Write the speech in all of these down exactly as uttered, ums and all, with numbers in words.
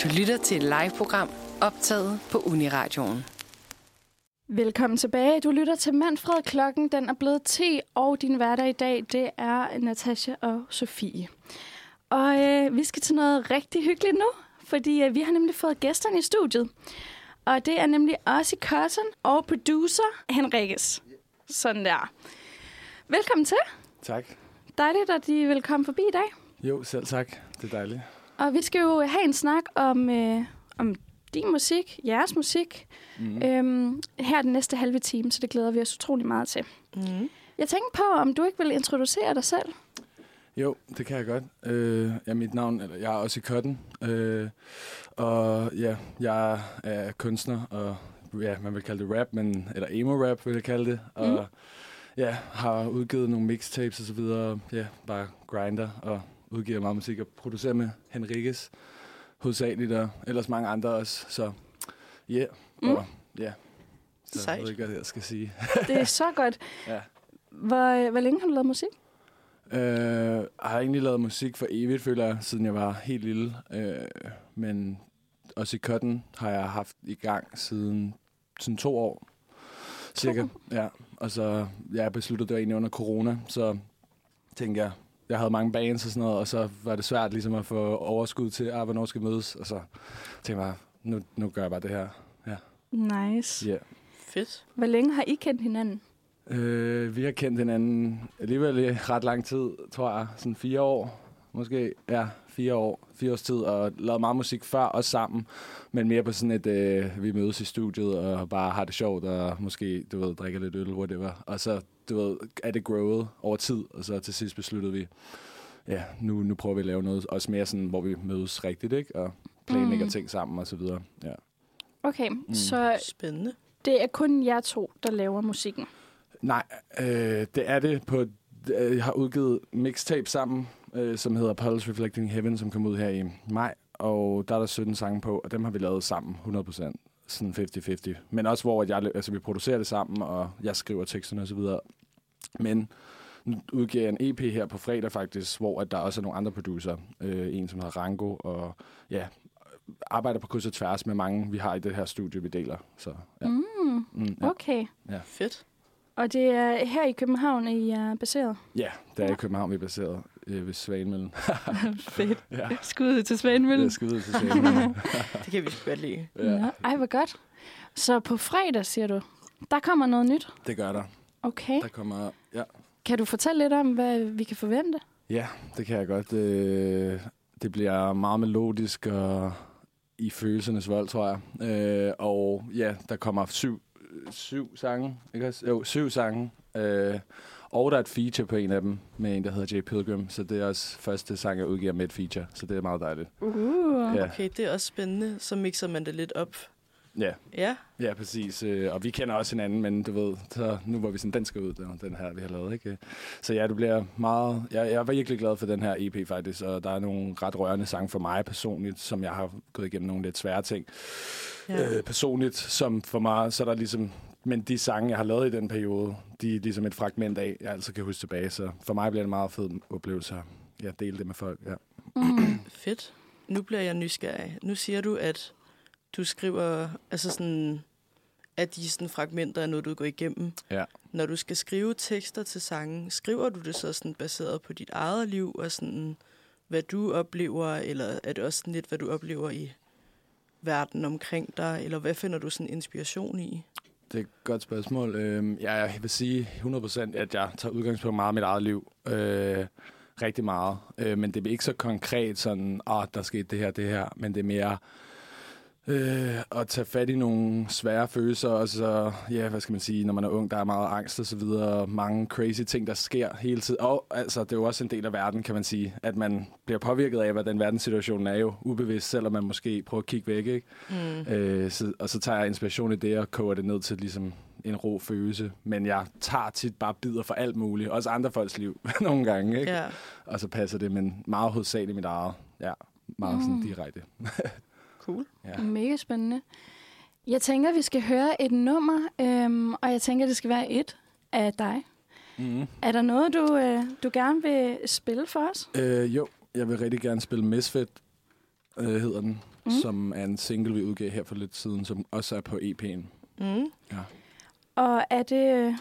Du lytter til et live-program optaget på Uniradioen. Velkommen tilbage. Du lytter til Manfred. Klokken den er blevet ti, og din hverdag i dag, det er Natasha og Sofie. Og øh, vi skal til noget rigtig hyggeligt nu, fordi øh, vi har nemlig fået gæsterne i studiet. Og det er nemlig Ozzy Cotton og producer Henriques. Sådan der. Velkommen til. Tak. Dejligt, at I vil komme forbi i dag. Jo, selv tak. Det er dejligt. Og vi skal jo have en snak om, øh, om din musik, jeres musik, mm. øhm, her den næste halve time, så det glæder vi os utrolig meget til. Mm. Jeg tænker på, om du ikke vil introducere dig selv? Jo, det kan jeg godt. Øh, ja, mit navn, eller jeg er Ozzy Cotton, øh, og ja, jeg er kunstner, og ja, man vil kalde det rap, men, eller emo-rap vil jeg kalde det, og mm. ja, har udgivet nogle mixtapes og så videre, ja, bare grinder og udgiver meget musik og producerer med Henriques hovedsageligt, og ellers mange andre også, så ja, yeah, mm. og ja, yeah. Så Sejt. jeg ved ikke, hvad jeg skal sige. Det er så godt. Ja. Hvor, hvor længe har du lavet musik? Øh, jeg har egentlig lavet musik for evigt, føler jeg, siden jeg var helt lille. Øh, men også i Cotton har jeg haft i gang siden sådan to år. Cirka. To. Ja. Og så jeg besluttede det egentlig under corona, så tænkte jeg, jeg havde mange bands og sådan noget, og så var det svært ligesom at få overskud til, ah, hvornår skal mødes, og så tænkte jeg, nu, nu gør jeg bare det her. Ja. Nice. Yeah. Fedt. Hvor længe har I kendt hinanden? Øh, vi har kendt hinanden alligevel i ret lang tid, tror jeg. Sådan fire år, måske. Ja, fire år. Fire års tid, og lavet meget musik før, også sammen. Men mere på sådan et, øh, vi mødes i studiet og bare har det sjovt, og måske, du ved, drikker lidt øl, whatever. Og så, du ved, er det growet over tid, og så til sidst besluttede vi, ja, nu, nu prøver vi at lave noget, også mere sådan, hvor vi mødes rigtigt, ikke? Og planlægger mm. ting sammen, og så videre. Ja. Okay, mm. så spændende. Det er kun jer to, der laver musikken? Nej, øh, det er det på... Jeg har udgivet mixtape sammen, øh, som hedder Pulse Reflecting Heaven, som kom ud her i maj. Og der er der sytten sange på, og dem har vi lavet sammen, hundrede procent. Sådan halvtreds halvtreds. Men også hvor jeg, altså, vi producerer det sammen, og jeg skriver teksterne og så videre. Men nu udgiver jeg en E P her på fredag faktisk, hvor at der også er nogle andre producer. Øh, en, som hedder Rango, og ja, arbejder på kryds og tværs med mange, vi har i det her studie, vi deler. Så, ja. Mm, mm, ja. Okay. Ja. Fedt. Og det er her i København, I er baseret? Ja, det er ja. i København, vi er baseret øh, ved Svanemøllen. Fedt. Ja. Skud til Svanemøllen. Ja, skud til Svanemøllen. Det kan vi sgu godt lide. Ja. Nå, ej, hvor godt. Så på fredag, siger du, der kommer noget nyt? Det gør der. Okay. Der kommer, ja. Kan du fortælle lidt om, hvad vi kan forvente? Ja, det kan jeg godt. Det, det bliver meget melodisk og i følelsernes vold, tror jeg. Øh, og ja, der kommer syv syv sange, ikke også? Jo, syv sange. Øh, og der er et feature på en af dem, med en, der hedder J. Pilgrim. Så det er også første sang, jeg udgiver med et feature. Så det er meget dejligt. Uh. Ja. Okay, det er også spændende. Så mixer man det lidt op. Ja, ja, ja præcis. Og vi kender også hinanden, men du ved, så nu var vi sådan, den skal ud, den her, vi har lavet, ikke? Så ja, det bliver meget... Jeg, jeg var virkelig glad for den her E P, faktisk. Og der er nogle ret rørende sange for mig personligt, som jeg har gået igennem nogle lidt svære ting. Ja. Øh, personligt, som for mig, så er der ligesom... Men de sange, jeg har lavet i den periode, de er ligesom et fragment af, jeg altid kan huske tilbage. Så for mig bliver det en meget fed oplevelse. Jeg deler det med folk, ja. Mm. Fedt. Nu bliver jeg nysgerrig. Nu siger du, at du skriver, altså sådan, at de sådan fragmenter er noget, du går igennem. Ja. Når du skal skrive tekster til sange, skriver du det så sådan baseret på dit eget liv, og sådan, hvad du oplever, eller er det også sådan lidt, hvad du oplever i verden omkring dig, eller hvad finder du sådan inspiration i? Det er et godt spørgsmål. Øh, ja, jeg vil sige hundrede procent, at jeg tager udgangspunkt meget af mit eget liv. Øh, rigtig meget. Øh, men det er ikke så konkret sådan, at ah, der skete det her, det her. Men det er mere øh, at tage fat i nogle svære følelser. Og så, ja, hvad skal man sige, når man er ung, der er meget angst og så videre. Mange crazy ting, der sker hele tiden. Og altså, det er jo også en del af verden, kan man sige. At man bliver påvirket af, hvad den verdenssituation er jo ubevidst, selvom man måske prøver at kigge væk, ikke? Mm. Øh, så, og så tager jeg inspiration i det og koger det ned til ligesom en ro følelse. Men jeg tager tit bare bidder for alt muligt. Også andre folks liv nogle gange, ikke? Yeah. Og så passer det, men meget hovedsageligt mit eget. Ja, meget mm. sådan direkte. Cool. Ja. Mega spændende. Jeg tænker, vi skal høre et nummer, øhm, og jeg tænker, det skal være et af dig. Mm. Er der noget, du, øh, du gerne vil spille for os? Øh, jo, jeg vil rigtig gerne spille Misfit. øh, hedder den, mm. som er en single, vi udgav her for lidt siden, som også er på E P'en. Mm. Ja. Og er det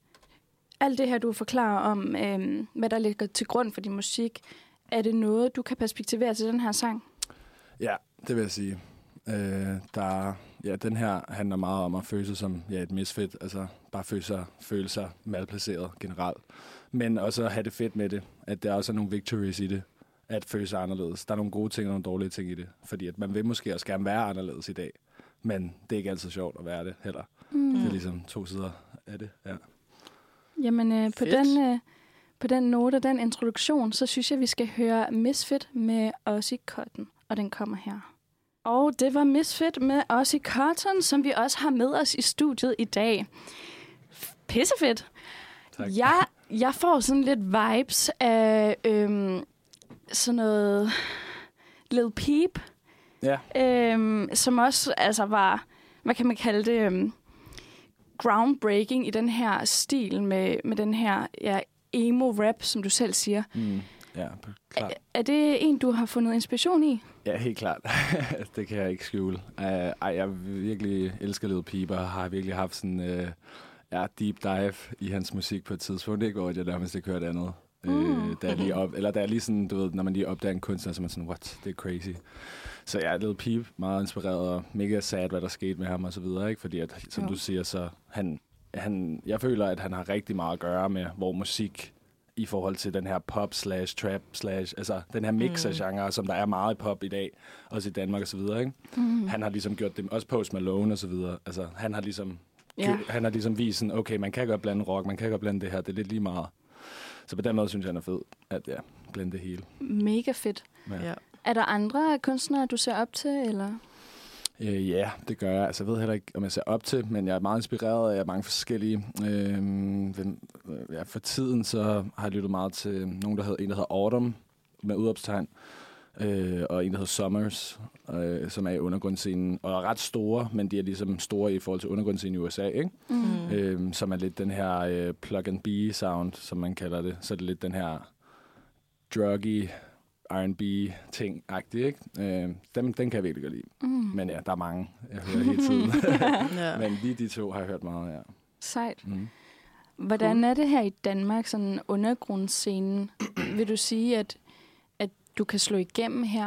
alt det her, du forklarer om, øh, hvad der ligger til grund for din musik, er det noget, du kan perspektivere til den her sang? Ja, det vil jeg sige. Øh, der, ja, den her handler meget om at føle sig som ja, et misfit, altså bare føle sig, føle sig malplaceret generelt. Men også at have det fedt med det, at der også er nogle victories i det, at føle sig anderledes. Der er nogle gode ting og nogle dårlige ting i det, fordi at man vil måske også gerne være anderledes i dag, men det er ikke altid sjovt at være det heller. Mm. Det er ligesom to sider af det, ja. Jamen, øh, på, den, øh, på den note og den introduktion, så synes jeg, vi skal høre Misfit med Ozzy Cotton, og den kommer her. Og det var Misfit med Ozzy Cotton, som vi også har med os i studiet i dag. Pissefedt. Tak. Jeg, jeg får sådan lidt vibes af øhm, sådan noget Lil Peep, Ja. øhm, som også altså var, hvad kan man kalde det, øhm, groundbreaking i den her stil med, med den her ja, emo-rap, som du selv siger. Mm. Ja, klart. Er, er det en, du har fundet inspiration i? Ja, helt klart. Det kan jeg ikke skjule. Uh, ej, jeg virkelig elsker Lil Peep, og har virkelig haft sådan uh, ja, deep dive i hans musik på et tidspunkt, ikke? Hvor jeg nærmest ikke hørte andet. Mm. Uh, da jeg lige op, eller da jeg lige sådan, du ved, når man lige opdager en kunstner, så er man sådan, what, det er crazy. Så ja, Lil Peep, meget inspireret og mega sad, hvad der skete med ham og så videre, ikke? Fordi at, som jo. du siger, så han, han, jeg føler, at han har rigtig meget at gøre med, hvor musik i forhold til den her pop slash trap slash, altså den her mix af mm. genre, som der er meget i pop i dag, også i Danmark og så videre, ikke? Mm. Han har ligesom gjort det, også Post Malone og så videre, altså han har ligesom, yeah. han har ligesom vist sådan, okay, man kan godt blande rock, man kan godt blande det her, det er lidt lige meget. Så på den måde synes jeg, han er fed, at ja, blande det hele. Mega fedt. Ja. Ja. Er der andre kunstnere, du ser op til, eller? Øh, ja, det gør jeg. Altså, jeg ved heller ikke, om jeg ser op til, men jeg er meget inspireret af mange forskellige. Øh, ja, for tiden så har jeg lyttet meget til nogen, der hedder, en, der hedder Autumn, med udopstegn, øh, og en, der hedder Summers, øh, som er i undergrundsscenen, og er ret store, men de er ligesom store i forhold til undergrundsscenen i U S A, ikke? Mm. Øh, som er lidt den her øh, plug and be sound, som man kalder det. Så er det lidt den her druggy R and B-ting-agtig, ikke? Øh, dem, den kan jeg virkelig godt lide. Mm. Men ja, der er mange, jeg hører hele tiden. Ja. Men lige de to har jeg hørt meget, ja. Sejt. Mm. Hvordan er det her i Danmark, sådan undergrundsscenen? Vil du sige, at, at du kan slå igennem her?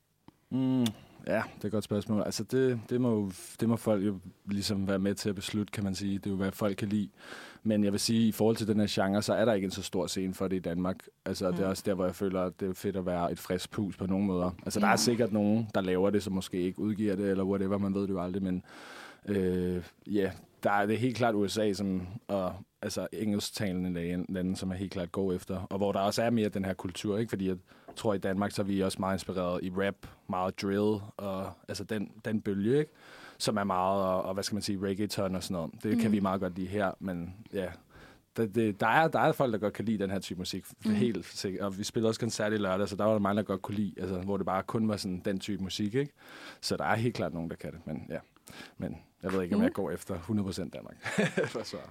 Mm. Ja, det er et godt spørgsmål. Altså, det, det, må, det må folk jo ligesom være med til at beslutte, kan man sige. Det er jo, hvad folk kan lide. Men jeg vil sige, i forhold til den her genre, så er der ikke en så stor scene for det i Danmark. Altså, mm. det er også der, hvor jeg føler, at det er fedt at være et frisk pus på nogle måder. Altså, ja. Der er sikkert nogen, der laver det, som måske ikke udgiver det, eller whatever, man ved det jo aldrig. Men øh, ja, der er det helt klart U S A, som, og, altså engelsktalende lande, som er helt klart gå efter. Og hvor der også er mere den her kultur, ikke? Fordi jeg tror, i Danmark, så er vi også meget inspireret i rap, meget drill, og altså den, den bølge, ikke? Som er meget, og, og hvad skal man sige, reggaeton og sådan noget. Det mm. kan vi meget godt lide her, men ja, det, det, der, er, der er folk, der godt kan lide den her type musik, mm. helt sikkert. Og vi spillede også koncert i lørdag, så der var der mange, der godt kunne lide, altså, hvor det bare kun var sådan den type musik, ikke? Så der er helt klart nogen, der kan det, men ja. Men jeg ved ikke, om jeg går efter hundrede procent Danmark. For så.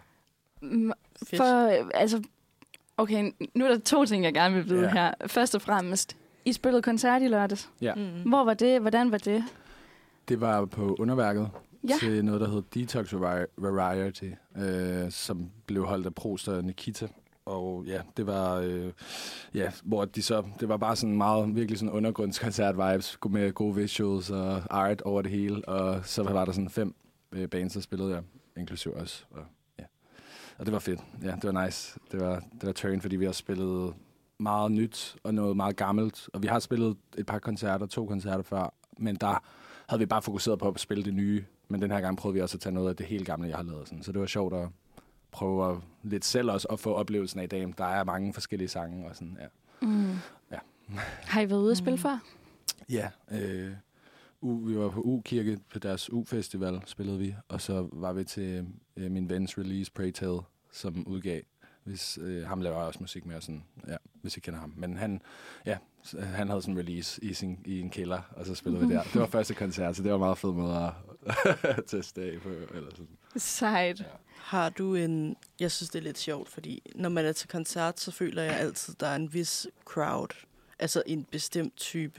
For, altså, okay, nu er der to ting, jeg gerne vil vide ja. her. Først og fremmest, I spillede koncert i lørdags. Ja. Mm. Hvor var det? Hvordan var det? Det var på Underværket ja. til noget, der hed Detox Variety, øh, som blev holdt af Prost og Nikita. Og ja, det var, øh, ja, hvor de så, det var bare sådan meget, virkelig sådan undergrundskoncert-vibes, med gode visuals og art over det hele. Og så var der sådan fem øh, bands, der spillede jeg, inklusiv os. Og, ja. og det var fedt. Ja, det var nice. Det var, det var turn, fordi vi har spillet meget nyt og noget meget gammelt. Og vi har spillet et par koncerter, to koncerter før, men der havde vi bare fokuseret på at spille det nye. Men den her gang prøvede vi også at tage noget af det helt gamle, jeg har lavet. Sådan. Så det var sjovt at prøve at, lidt selv også at få oplevelsen af i dag. Der er mange forskellige sange og sådan, ja. Mm. ja. Har I været ude at spille mm. før? Ja, øh, U, vi var på U-kirke på deres U-festival, spillede vi. Og så var vi til øh, min vens release, Pray Tell, som udgav. Hvis, øh, ham laver også musik med, og sådan, ja, hvis I kender ham. Men han, ja, han havde sådan en release i, sin, i en kælder, og så spillede vi der. Det var første koncert, så det var meget fed måde at teste af på. Eller sådan. Sejt. Ja. Har du en... Jeg synes, det er lidt sjovt, fordi når man er til koncert, så føler jeg altid, der er en vis crowd. Altså en bestemt type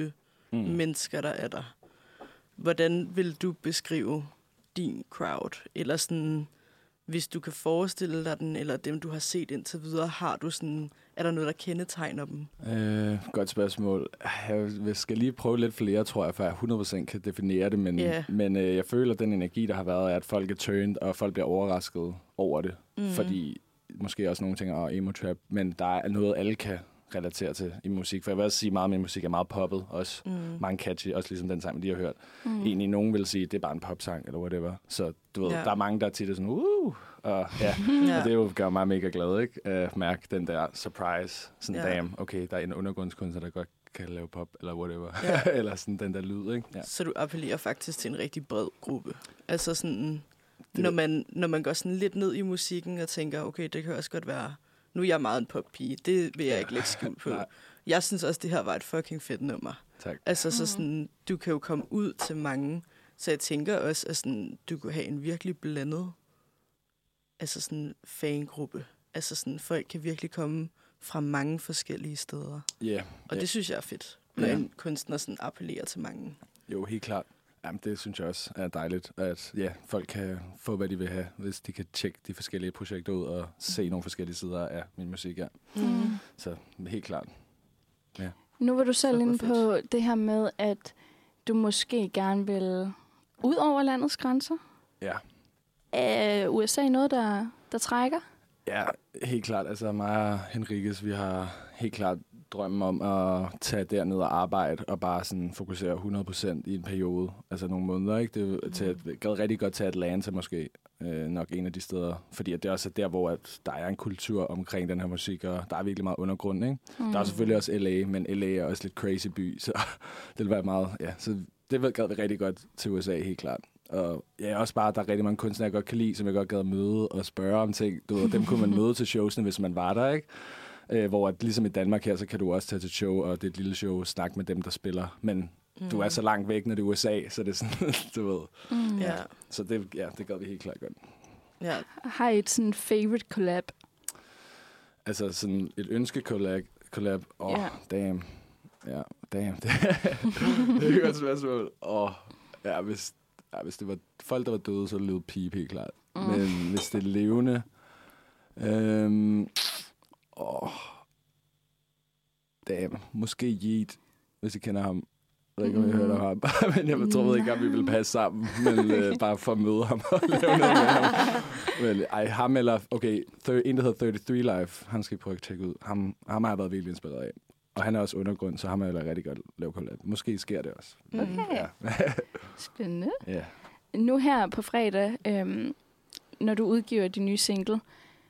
mm. mennesker, der er der. Hvordan vil du beskrive din crowd? Eller sådan, hvis du kan forestille dig den, eller dem, du har set indtil videre, har du sådan, er der noget, der kendetegner dem? Øh, godt spørgsmål. Jeg skal lige prøve lidt flere, tror jeg, for jeg hundrede procent kan definere det, men, yeah. men øh, jeg føler, at den energi, der har været, er, at folk er turned, og folk bliver overrasket over det. Mm. Fordi måske også nogle ting er emo trap, men der er noget, alle kan relatere til i musik. For jeg vil også sige, at meget af min musik er meget poppet. Også mm. mange catchy, også ligesom den sang, man lige har hørt. Mm. Egentlig nogen vil sige, at det er bare en popsang, eller whatever. Så du ved, yeah. der er mange, der tit er sådan, uh, og, ja. yeah. og det jo gør mig mega glad, ikke? At mærke den der surprise. Sådan, yeah. damn, okay, der er en undergrundskunstner, der godt kan lave pop, eller whatever. Yeah. eller sådan den der lyd, ikke? Ja. Så du appellerer faktisk til en rigtig bred gruppe. Altså sådan, når man, når man går sådan lidt ned i musikken og tænker, okay, det kan også godt være, nu er jeg meget en poppige, det vil jeg ja. ikke lægge skjul på. Jeg synes også, det her var et fucking fedt nummer. Tak. Altså, så sådan, du kan jo komme ud til mange, så jeg tænker også, at sådan, du kunne have en virkelig blandet altså sådan fangruppe. Altså sådan, folk kan virkelig komme fra mange forskellige steder. Ja. Yeah, og yeah. det synes jeg er fedt, når yeah. en kunstner sådan appellerer til mange. Jo, helt klart. Jamen, det synes jeg også er dejligt, at ja, folk kan få, hvad de vil have, hvis de kan tjekke de forskellige projekter ud og se nogle forskellige sider af min musik, ja. Mm. Så helt klart. Ja. Nu var du selv inde på det her med, at du måske gerne vil ud over landets grænser. Ja. Er U S A noget, der, der trækker? Ja, helt klart. Altså mig og Henriques, vi har helt klart drømmen om at tage derned og arbejde og bare sådan fokusere hundrede procent i en periode. Altså nogle måneder, ikke? Det er til, jeg gad rigtig godt til Atlanta måske. Øh, nok en af de steder. Fordi at det også er der, hvor at der er en kultur omkring den her musik, og der er virkelig meget undergrund, ikke? Mm. Der er selvfølgelig også L A, men L A er også lidt crazy by, så det vil være meget, ja. Så det gad vi rigtig godt til U S A, helt klart. Og ja, også bare, der er rigtig mange kunstnere, jeg godt kan lide, som jeg godt gad møde og spørge om ting. Du ved, dem kunne man møde til showsene, hvis man var der, ikke? Øh, hvor at, ligesom i Danmark her, så kan du også tage til show, og det er et lille show, snakke med dem, der spiller. Men mm. du er så langt væk, når det er U S A, så det er sådan, du ved. Mm. Ja. Så det, ja, det gør vi helt klart godt. Ja. Har I et sådan favorite collab? Altså sådan et ønske collab? collab. Åh, oh, yeah. damn. Ja, damn. Det, det er et godt spørgsmål. Åh, oh, ja, hvis, ja, hvis det var folk, der var døde, så lød Peep helt klart. Mm. Men hvis det er levende... Øhm, åh, oh, damn. Måske Yeet, hvis I kender ham. Jeg ved ikke, om jeg hørte ham. Men jeg troede ikke, at vi ville passe sammen. Men øh, bare for at møde ham og lave noget med ham. Men ej, ham eller... Okay, en, der hedder thirty-three Live. Han skal I prøve at tjekke ud. Ham, ham har jeg været virkelig inspireret af. Og han er også undergrund, så ham er jeg rigtig godt lave collab. Måske sker det også. Okay. Ja. Spændende. Ja. Nu her på fredag, øhm, når du udgiver din nye single...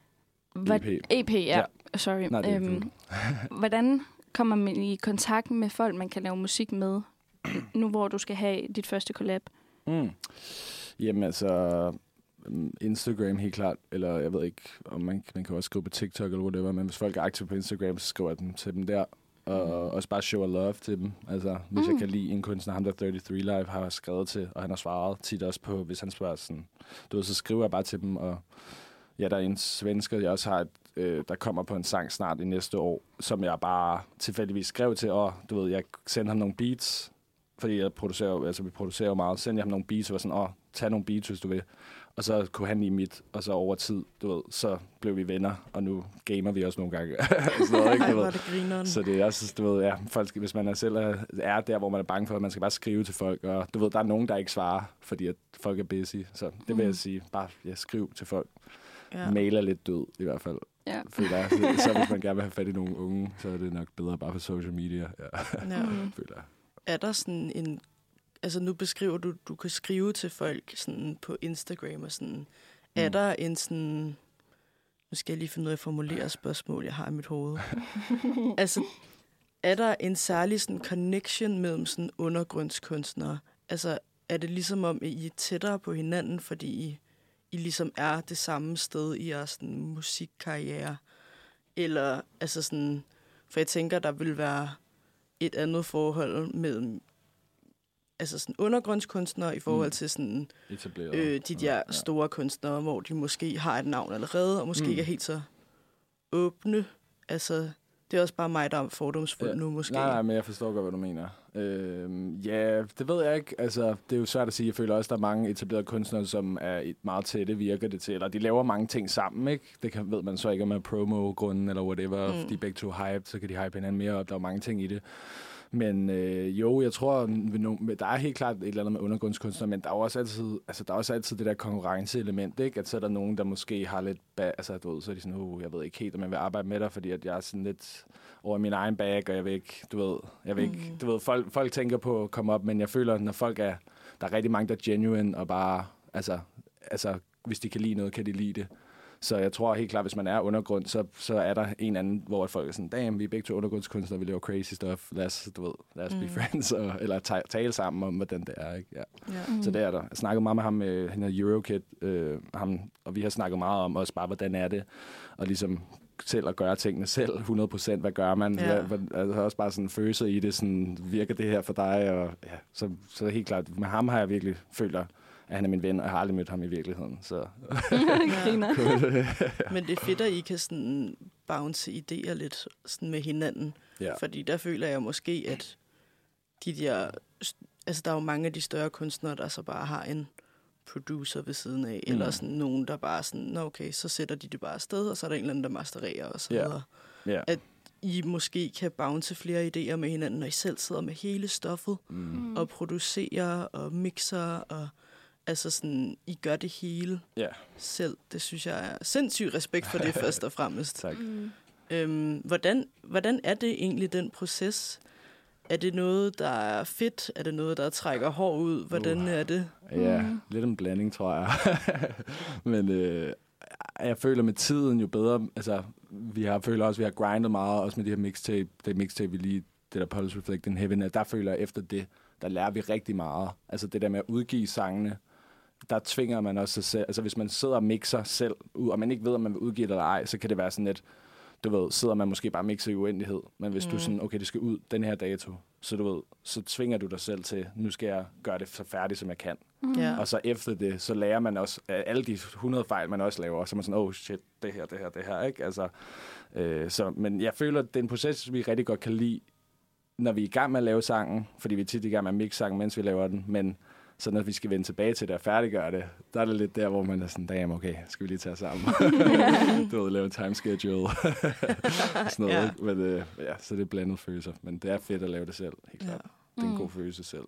Hvad, E P. E P, ja. ja. Sorry. Nej, det er øhm, hvordan kommer man i kontakt med folk, man kan lave musik med, nu hvor du skal have dit første collab? Mm. Jamen altså, Instagram helt klart, eller jeg ved ikke, om man, man kan også skrive på TikTok eller whatever, men hvis folk er aktive på Instagram, så skriver jeg dem til dem der. Og mm. også bare show love til dem. Altså, hvis mm. jeg kan lide en kunstner, ham der thirty-three Live har jeg skrevet til, og han har svaret tit også på, hvis han spørger sådan, du ved, så skriver jeg bare til dem, og ja, der er en svensker, jeg også har, et, øh, der kommer på en sang snart i næste år, som jeg bare tilfældigvis skrev til, og du ved, jeg sendte ham nogle beats, fordi jeg producerer, altså vi producerer jo meget, sendte jeg ham nogle beats, og var sådan, åh, tag nogle beats, hvis du vil. Og så kunne han lide mit, og så over tid, du ved, så blev vi venner, og nu gamer vi også nogle gange. så, noget, ikke, Ej, var det grineren. Så det er også, du ved, ja, folk, hvis man er selv er der, hvor man er bange for, at man skal bare skrive til folk, og du ved, der er nogen, der ikke svarer, fordi at folk er busy. Så det vil mm. jeg sige, bare ja, skriv til folk. Ja. Mail er lidt død, i hvert fald. Ja. Føler jeg. Så, så hvis man gerne vil have fat i nogle unge, så er det nok bedre bare på social media. Ja. Ja. Føler jeg. Er der sådan en... Altså nu beskriver du, du kan skrive til folk sådan på Instagram og sådan. Mm. Er der en sådan... Nu skal jeg lige finde ud af at formulere spørgsmål, jeg har i mit hoved. altså, er der en særlig sådan connection mellem sådan undergrundskunstnere? Altså, er det ligesom om, at I er tættere på hinanden, fordi I... I ligesom er det samme sted i jeres sådan, musikkarriere? Eller, altså sådan... For jeg tænker, der vil være et andet forhold mellem altså sådan undergrundskunstnere i forhold mm. til sådan øh, de der ja. store kunstnere, hvor de måske har et navn allerede, og måske mm. ikke er helt så åbne. Altså, Det er også bare mig, der er fordomsfuld ja. nu, måske. Nej, nej, men jeg forstår godt, hvad du mener. Øh, ja, det ved jeg ikke. Altså, det er jo svært at sige. Jeg føler også, der er mange etablerede kunstnere, som er et meget tætte, virker det til. Eller de laver mange ting sammen, ikke? Det kan, ved man så ikke, om er promo-grunden eller whatever. Mm. De er begge to hype, så kan de hype hinanden mere op. Der er mange ting i det. Men øh, jo, jeg tror, der er helt klart et eller andet med undergrundskunstnere, men der er også altid, altså, der er også altid det der konkurrenceelement, ikke? At så er der nogen, der måske har lidt, ba- altså du ved, så er de sådan, uh, jeg ved ikke helt, om jeg vil arbejde med dig, fordi at jeg er sådan lidt over min egen bag, og jeg vil ikke, du ved, jeg vil ikke, mm. du ved, folk, folk tænker på at komme op, men jeg føler, når folk er, der er rigtig mange, der er genuine, og bare, altså, altså, hvis de kan lide noget, kan de lide det. Så jeg tror helt klart, hvis man er undergrund, så, så er der en anden, hvor folk er sådan, damn, vi er begge to undergrundskunstnere, vi laver crazy stuff, lad os, du ved, lad os mm. be friends, og, eller ta- tale sammen om, hvordan det er, ikke? Ja. Ja. Mm. Så det er der. Jeg snakkede meget med ham, øh, han er Eurokid, øh, ham, og vi har snakket meget om også bare, hvordan er det, og ligesom selv at gøre tingene selv, hundrede procent, hvad gør man? Ja. Hvad, altså også bare sådan følelser i det, sådan, virker det her for dig? Og ja, så, så helt klart, med ham har jeg virkelig føler, at han er min ven, og jeg har aldrig mødt ham i virkeligheden. Så. Men det er fedt, at I kan sådan bounce idéer lidt sådan med hinanden. Ja. Fordi der føler jeg måske, at de der, altså der er jo mange af de større kunstnere, der så bare har en producer ved siden af, mm. eller sådan nogen, der bare sådan, nå okay, så sætter de det bare afsted, og så er der en eller anden, der mastererer og så videre. Yeah. Yeah. At I måske kan bounce flere idéer med hinanden, når I selv sidder med hele stoffet, mm. og producerer og mixer, og altså sådan, I gør det hele yeah. selv. Det synes jeg er sindssygt respekt for det, først og fremmest. Tak. Mm. Øhm, hvordan, hvordan er det egentlig, den proces? Er det noget, der er fedt? Er det noget, der trækker hår ud? Hvordan uh, er det? Ja, mm. lidt en blanding, tror jeg. Men øh, jeg føler med tiden jo bedre. Altså, vi har føler også, vi har grindet meget, også med det her mixtape. Det mixtape, vi lige, det der Pulse Reflect in Heaven, der føler jeg efter det, der lærer vi rigtig meget. Altså det der med at udgive sangene, der tvinger man også sig selv. Altså hvis man sidder og mixer selv, og man ikke ved, om man vil udgive det eller ej, så kan det være sådan lidt, du ved, sidder man måske bare og mixer i uendelighed. Men hvis mm. du sådan, okay, det skal ud den her dato, så du ved, så tvinger du dig selv til, nu skal jeg gøre det så færdigt, som jeg kan. Mm. Og så efter det, så lærer man også alle de hundrede fejl, man også laver. Så er man sådan, oh shit, det her, det her, det her, ikke? Altså, øh, så, men jeg føler, at det er en proces, vi rigtig godt kan lide, når vi er i gang med at lave sangen, fordi vi er tit i gang med at mixe sangen, mens vi laver den, men så når vi skal vende tilbage til det og færdiggøre det, der er det lidt der, hvor man er sådan, damn, okay, skal vi lige tage sammen. Du ved, lave en time schedule. Sådan noget, ja. Men, øh, ja, så det er blandet følelser. Men det er fedt at lave det selv, helt klart. Ja. Det er en mm. god følelse selv.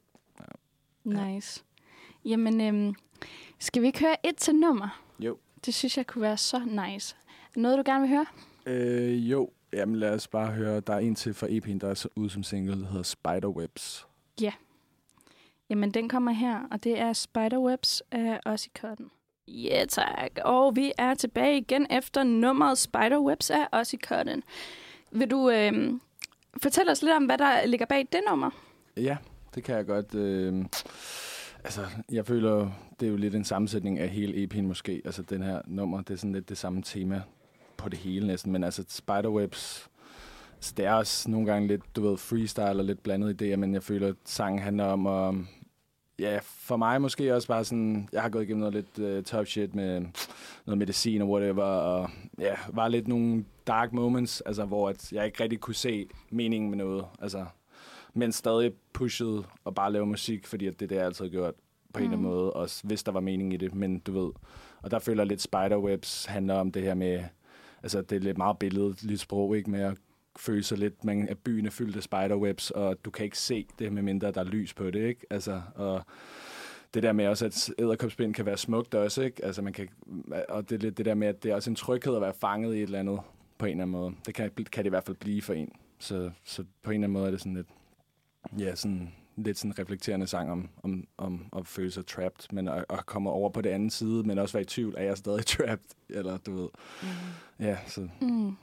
Ja. Nice. Jamen, øhm, skal vi ikke høre et til nummer? Jo. Det synes jeg kunne være så nice. Noget, du gerne vil høre? Øh, jo. Jamen, lad os bare høre. Der er en til fra E P'en, der er så ude som single, der hedder Spiderwebs. Ja. Yeah. Jamen, den kommer her, og det er Spiderwebs af Ozzy Cotton. Ja, yeah, tak. Og vi er tilbage igen efter nummeret Spiderwebs af Ozzy Cotton. Vil du øh, fortælle os lidt om, hvad der ligger bag det nummer? Ja, det kan jeg godt. Øh, altså, jeg føler, det er jo lidt en sammensætning af hele E P'en måske. Altså, den her nummer, det er sådan lidt det samme tema på det hele næsten. Men altså, Spiderwebs, så det er også nogle gange lidt, du ved, freestyle og lidt blandet idéer, men jeg føler, at sangen handler om at, ja, for mig måske også bare sådan, jeg har gået igennem noget lidt uh, tough shit med noget medicin og whatever, og ja, var lidt nogle dark moments, altså hvor at jeg ikke rigtig kunne se meningen med noget, altså, men stadig pushede og bare lave musik, fordi at det er det, jeg altid har gjort på mm. en eller anden måde, også hvis der var mening i det, men du ved, og der føler jeg lidt Spiderwebs handler om det her med, altså det er lidt meget billedligt sprog, ikke, med at føle sig lidt, man, at byen er fyldt af spiderwebs, og du kan ikke se det, med mindre der er lys på det, ikke? Altså, og det der med også, at edderkopspind kan være smukt også, ikke? Altså, man kan, og det er lidt det der med, at det er også en tryghed at være fanget i et eller andet, på en eller anden måde. Det kan, kan det i hvert fald blive for en. Så, så på en eller anden måde er det sådan lidt, ja, sådan lidt sådan reflekterende sang om, om, om at føle sig trapped, men at, at komme over på det andet side, men også være i tvivl, er jeg stadig trapped? Eller du ved. Mm. Ja, så... Mm.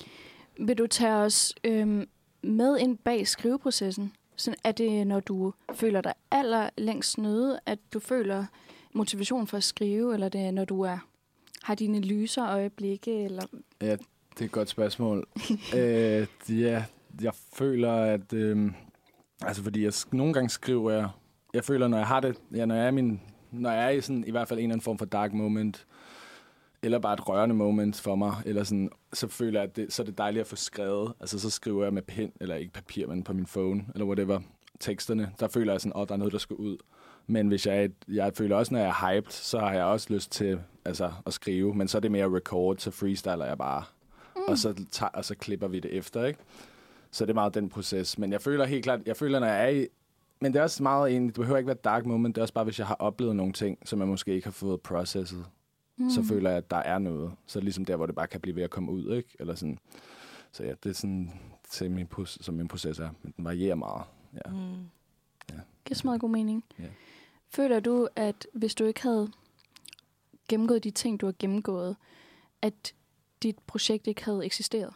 Vil du tage os øhm, med ind bag skriveprocessen? Sådan, er det, når du føler dig allerlængst nede, at du føler motivation for at skrive, eller er det, når du er, har dine lyser øjeblikke? Eller? Ja, det er et godt spørgsmål. øh, ja, jeg føler, at... Øh, altså, fordi jeg nogle gange skriver jeg... Jeg føler, når jeg har det... Ja, når jeg er, min, når jeg er i, sådan, i hvert fald en eller anden form for dark moment... eller bare et rørende moment for mig, eller sådan, så føler jeg, at det, så er det dejligt at få skrevet. Altså, så skriver jeg med pen, eller ikke papir, men på min phone, eller whatever, teksterne. Der føler jeg sådan, åh, oh, der er noget, der skal ud. Men hvis jeg, jeg føler også, når jeg er hyped, så har jeg også lyst til altså, at skrive, men så er det mere record, så freestyler jeg bare. Mm. Og, så tager, og så klipper vi det efter, ikke? Så det er meget den proces. Men jeg føler helt klart, jeg føler, når jeg er i... Men det er også meget egentlig, det behøver ikke være dark moment, det er også bare, hvis jeg har oplevet nogle ting, som jeg måske ikke har fået processet, mm. så føler jeg, at der er noget. Så er det ligesom der, hvor det bare kan blive ved at komme ud, ikke? Eller sådan. Så ja, det er sådan, som min, som min proces er. Men den varierer meget, ja. Mm. Ja. Det giver meget god mening. Ja. Føler du, at hvis du ikke havde gennemgået de ting, du har gennemgået, at dit projekt ikke havde eksisteret?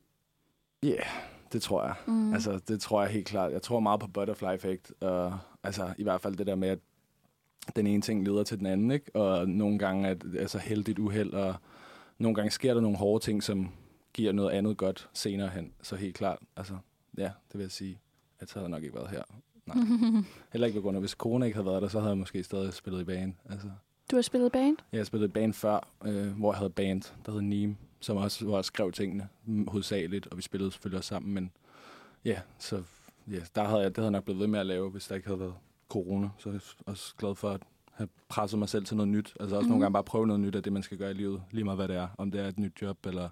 Ja, yeah, det tror jeg. Mm. Altså, det tror jeg helt klart. Jeg tror meget på butterfly effect. Og, altså, i hvert fald det der med, at den ene ting leder til den anden, ikke? Og nogle gange er det altså heldigt uheld, og nogle gange sker der nogle hårde ting, som giver noget andet godt senere hen. Så helt klart, altså, ja, det vil jeg sige. Jeg havde nok ikke været her. Nej. Heller ikke på grund af, hvis corona ikke havde været der, så havde jeg måske stadig spillet i band. Altså. Du har spillet band? Ja, jeg har spillet i band før, øh, hvor jeg havde band, der hed Neem, som også, hvor jeg skrev tingene hovedsageligt, og vi spillede selvfølgelig også sammen, men ja, så ja, der havde jeg, det havde jeg nok blevet ved med at lave, hvis der ikke havde været corona. Så er jeg også glad for at have presset mig selv til noget nyt. Altså også mm-hmm. nogle gange bare prøve noget nyt af det, man skal gøre i livet, lige meget hvad det er. Om det er et nyt job, eller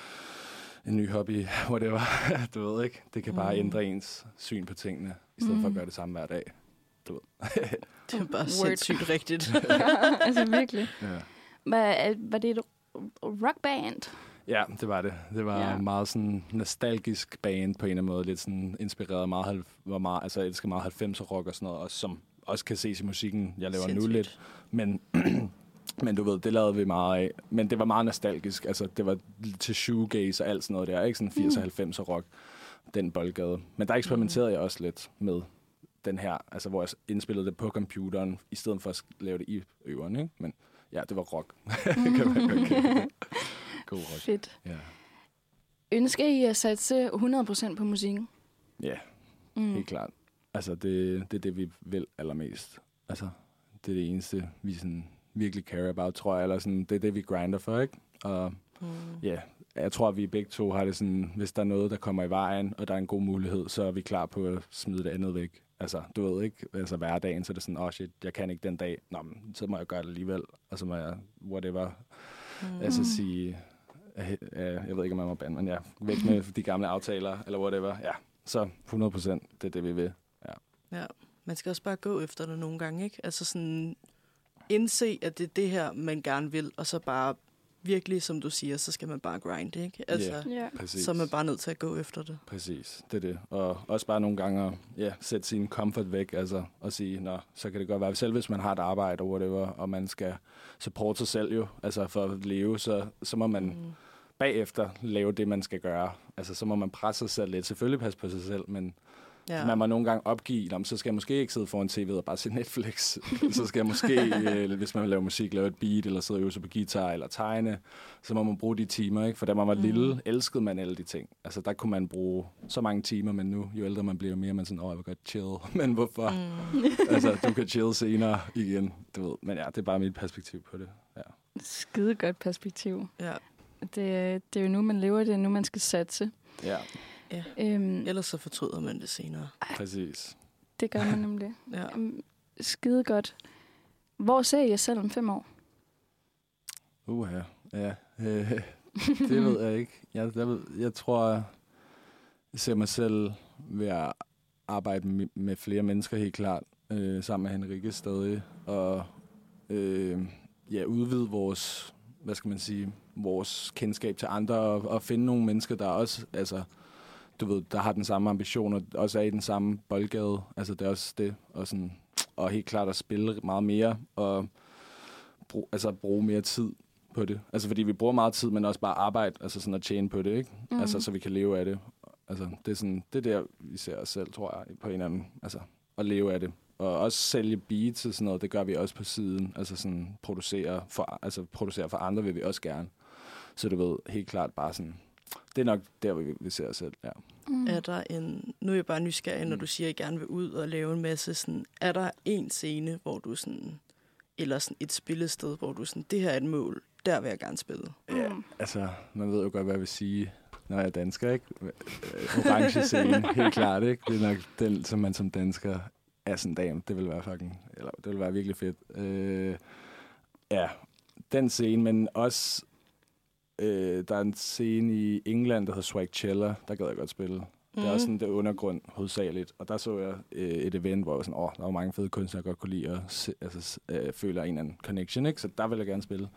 en ny hobby, whatever. Du ved ikke, det kan bare mm. ændre ens syn på tingene, i stedet mm. for at gøre det samme hver dag. Du ved. Det er bare sindssygt rigtigt. Ja, altså virkelig. Ja. Var, var det et rockband? Ja, det var det. Det var ja. meget sådan nostalgisk band på en eller anden måde. Lidt sådan inspireret meget, var meget, altså jeg elsker meget halvfemser rock og sådan noget, også, som også kan ses i musikken, jeg laver sindssygt. Nu lidt. Men, men du ved, det lavede vi meget af. Men det var meget nostalgisk. Altså det var til shoegaze og alt sådan noget der. Ikke sådan firs og halvfemser rock, den boldgade. Men der eksperimenterede jeg også lidt med den her, altså hvor jeg indspillede det på computeren, i stedet for at lave det i øveren, ikke? Men ja, det var rock. Kan man godt kende. God rock. Fedt. Ja. Ønsker I at satse hundrede procent på musikken? Ja, mm. helt klart. Altså, det, det er det, vi vil allermest. Altså, det er det eneste, vi sådan virkelig care about, tror jeg. Eller sådan, det er det, vi grinder for, ikke? Og mm. ja, jeg tror, at vi begge to har det sådan, hvis der er noget, der kommer i vejen, og der er en god mulighed, så er vi klar på at smide det andet væk. Altså, du ved ikke, altså hverdagen, så er det sådan, åh oh shit, jeg kan ikke den dag. Nå, men så må jeg gøre det alligevel. Og så må jeg, whatever, mm. altså sige, jeg, jeg ved ikke, om man må bande, men ja, væk med de gamle aftaler, eller whatever. Ja, så hundrede procent, det er det, vi vil. Ja. Ja, man skal også bare gå efter det nogle gange, ikke? Altså sådan, indse, at det er det her, man gerne vil, og så bare virkelig, som du siger, så skal man bare grinde, ikke? Altså, yeah. yeah. så er man bare nødt til at gå efter det. Præcis, det er det. Og også bare nogle gange at ja, sætte sin comfort væk, altså, og sige, nå, så kan det godt være, selv hvis man har et arbejde og whatever, og man skal supporte sig selv jo, altså for at leve, så, så må man mm. bagefter lave det, man skal gøre. Altså, så må man presse sig selv lidt. Selvfølgelig passe på sig selv, men ja. Man må nogle gange opgive, om, så skal jeg måske ikke sidde foran tv'et og bare se Netflix. Så skal jeg måske, øh, hvis man vil lave musik, lave et beat, eller sidde og øve sig på guitar, eller tegne, så må man bruge de timer, ikke? For da man var mm. lille, elskede man alle de ting. Altså, der kunne man bruge så mange timer, men nu, jo ældre man bliver, mere man sådan, åh, jeg vil godt chill. Men hvorfor? Mm. Altså, du kan chill senere igen, du ved. Men ja, det er bare mit perspektiv på det. Ja. Skide godt perspektiv. Ja. Det, det er jo nu, man lever, det er nu, man skal satse. Ja. Ja. Øhm, Ellers så fortryder man det senere. Præcis. Det gør man nemlig. Ja. Um, skide godt. Hvor ser I jer selv om fem år? Uha, ja. Øh, det ved jeg ikke. Jeg, jeg, ved, jeg tror, jeg ser mig selv ved at arbejde med, med flere mennesker helt klart, øh, sammen med Henrikke stadig, og øh, ja, udvide vores, hvad skal man sige, vores kendskab til andre, og, og finde nogle mennesker, der også, altså, du ved, der har den samme ambition, og også er i den samme boldgade. Altså, det er også det. Og, sådan, og helt klart at spille meget mere, og brug, altså, bruge mere tid på det. Altså, fordi vi bruger meget tid, men også bare arbejde, altså sådan at tjene på det, ikke? Mm. Altså, så vi kan leve af det. Altså, det er sådan, det er der, vi ser os selv, tror jeg, på en eller anden, altså, at leve af det. Og også sælge beats og sådan noget, det gør vi også på siden. Altså, sådan, producere for, altså, producere for andre vil vi også gerne. Så du ved, helt klart bare sådan, det er nok der, vi, vi ser os selv, ja. Mm. Er der en, nu er jeg bare nysgerrig, når du siger, at I gerne vil ud og lave en masse, sådan, er der en scene, hvor du sådan, eller sådan et spillested, hvor du sådan, det her er et mål, der vil jeg gerne spille. Ja, altså, man ved jo godt, hvad jeg vil sige, når jeg er dansker, ikke? Orange scene, helt klart, ikke? Det er nok den, som man som dansker er sådan en dame. Det vil være fucking, eller det vil være virkelig fedt. Øh, ja, den scene, men også, øh, der er en scene i England, der hedder Swagchella, der gad jeg godt spille. Mm. Det er også sådan det undergrund hovedsageligt. Og der så jeg øh, et event, hvor jeg var sådan, åh, der var mange fede kunstnere, jeg godt kunne lide, og se, altså, øh, føler en eller anden connection, ikke? Så der vil jeg gerne spille.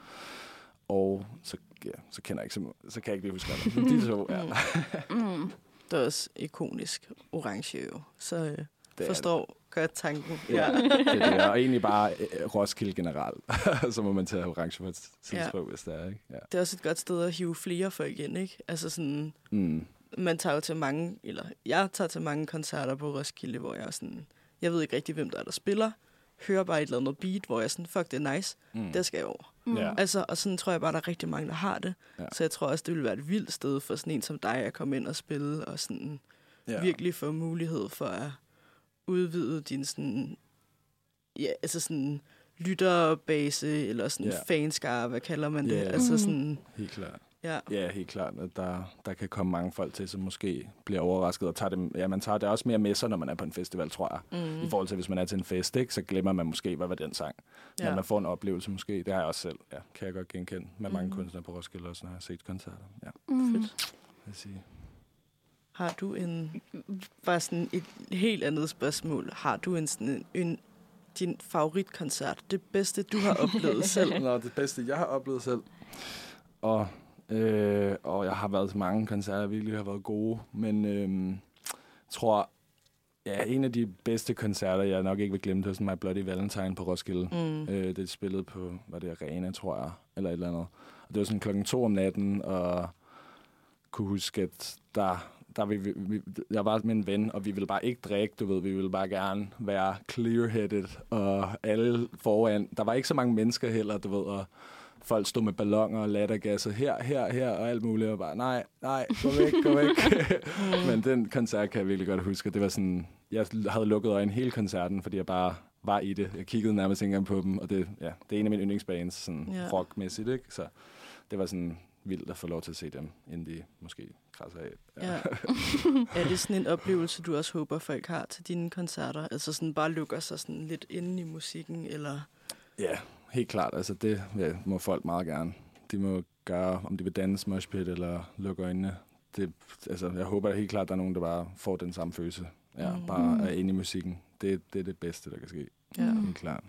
Og så, ja, så kender jeg ikke, så, så kan jeg ikke lige huske det. De to, ja. Mm. Det er også ikonisk orange jo, så øh, det forstår godt tanken. Ja, ja. Det, det er og egentlig bare øh, Roskilde generelt. Så må man tage orange på et tidspunkt, ja. Hvis det er, ikke? Ja. Det er også et godt sted at hive flere folk ind, ikke? Altså sådan, mm. man tager jo til mange, eller jeg tager til mange koncerter på Roskilde, hvor jeg er sådan, jeg ved ikke rigtig, hvem der er, der spiller. Hører bare et eller andet beat, hvor jeg er sådan, fuck, det er nice. Mm. Det skal jeg over. Mm. Yeah. Altså, og sådan tror jeg bare, der er rigtig mange, der har det. Yeah. Så jeg tror også, det ville være et vildt sted for sådan en som dig at komme ind og spille, og sådan yeah. virkelig få mulighed for at udvide din sådan, ja, altså sådan lytterbase, eller sådan yeah. fanskare, hvad kalder man det? Yeah. Altså sådan... Helt klart. Ja. ja, helt klart, at der, der kan komme mange folk til, som måske bliver overrasket og tager det, ja, man tager det også mere med sig, når man er på en festival, tror jeg. Mm. I forhold til, hvis man er til en fest, ikke, så glemmer man måske, hvad var den sang. Ja. Men man får en oplevelse måske, det har jeg også selv, ja, kan jeg godt genkende med mm. mange kunstnere på Roskilde, og sådan har jeg set koncerter. Ja. Mm. Fedt. Jeg sige. Har du en, bare sådan et helt andet spørgsmål, har du en sådan en, en din favoritkoncert, det bedste, du har oplevet selv? Nå, det bedste, jeg har oplevet selv. Og Øh, og jeg har været til mange koncerter, virkelig har været gode, men øh, jeg tror, ja, en af de bedste koncerter, jeg nok ikke vil glemme, det var sådan My Bloody Valentine på Roskilde. Mm. Øh, det spillede på, var det Arena, tror jeg, eller et eller andet. Og det var sådan klokken to om natten, og kunne huske, at der, der vi, vi, jeg var med en ven, og vi ville bare ikke drikke, du ved, vi ville bare gerne være clear-headed, og alle foran. Der var ikke så mange mennesker heller, du ved, og folk stod med balloner og lattergasser her, her, her og alt muligt, og bare, nej, nej, gå væk, gå væk. Men den koncert kan jeg virkelig godt huske. Det var sådan, jeg havde lukket øjnene hele koncerten, fordi jeg bare var i det. Jeg kiggede nærmest ikke engang på dem, og det, ja, det er en af mine yndlingsbands, sådan ja. rockmæssigt, ikke? Så det var sådan vildt at få lov til at se dem, inden de måske krasser af. Ja. Ja. Er det sådan en oplevelse, du også håber, folk har til dine koncerter? Altså sådan bare lukker sig sådan lidt inde i musikken, eller... Ja, helt klart. Altså det ja, må folk meget gerne. De må gøre, om de vil danse moshpit eller lukke øjnene. Det, altså, jeg håber helt klart, at der er nogen, der bare får den samme følelse. Ja, mm. bare er inde i musikken. Det, det er det bedste, der kan ske. Ja. Helt klart.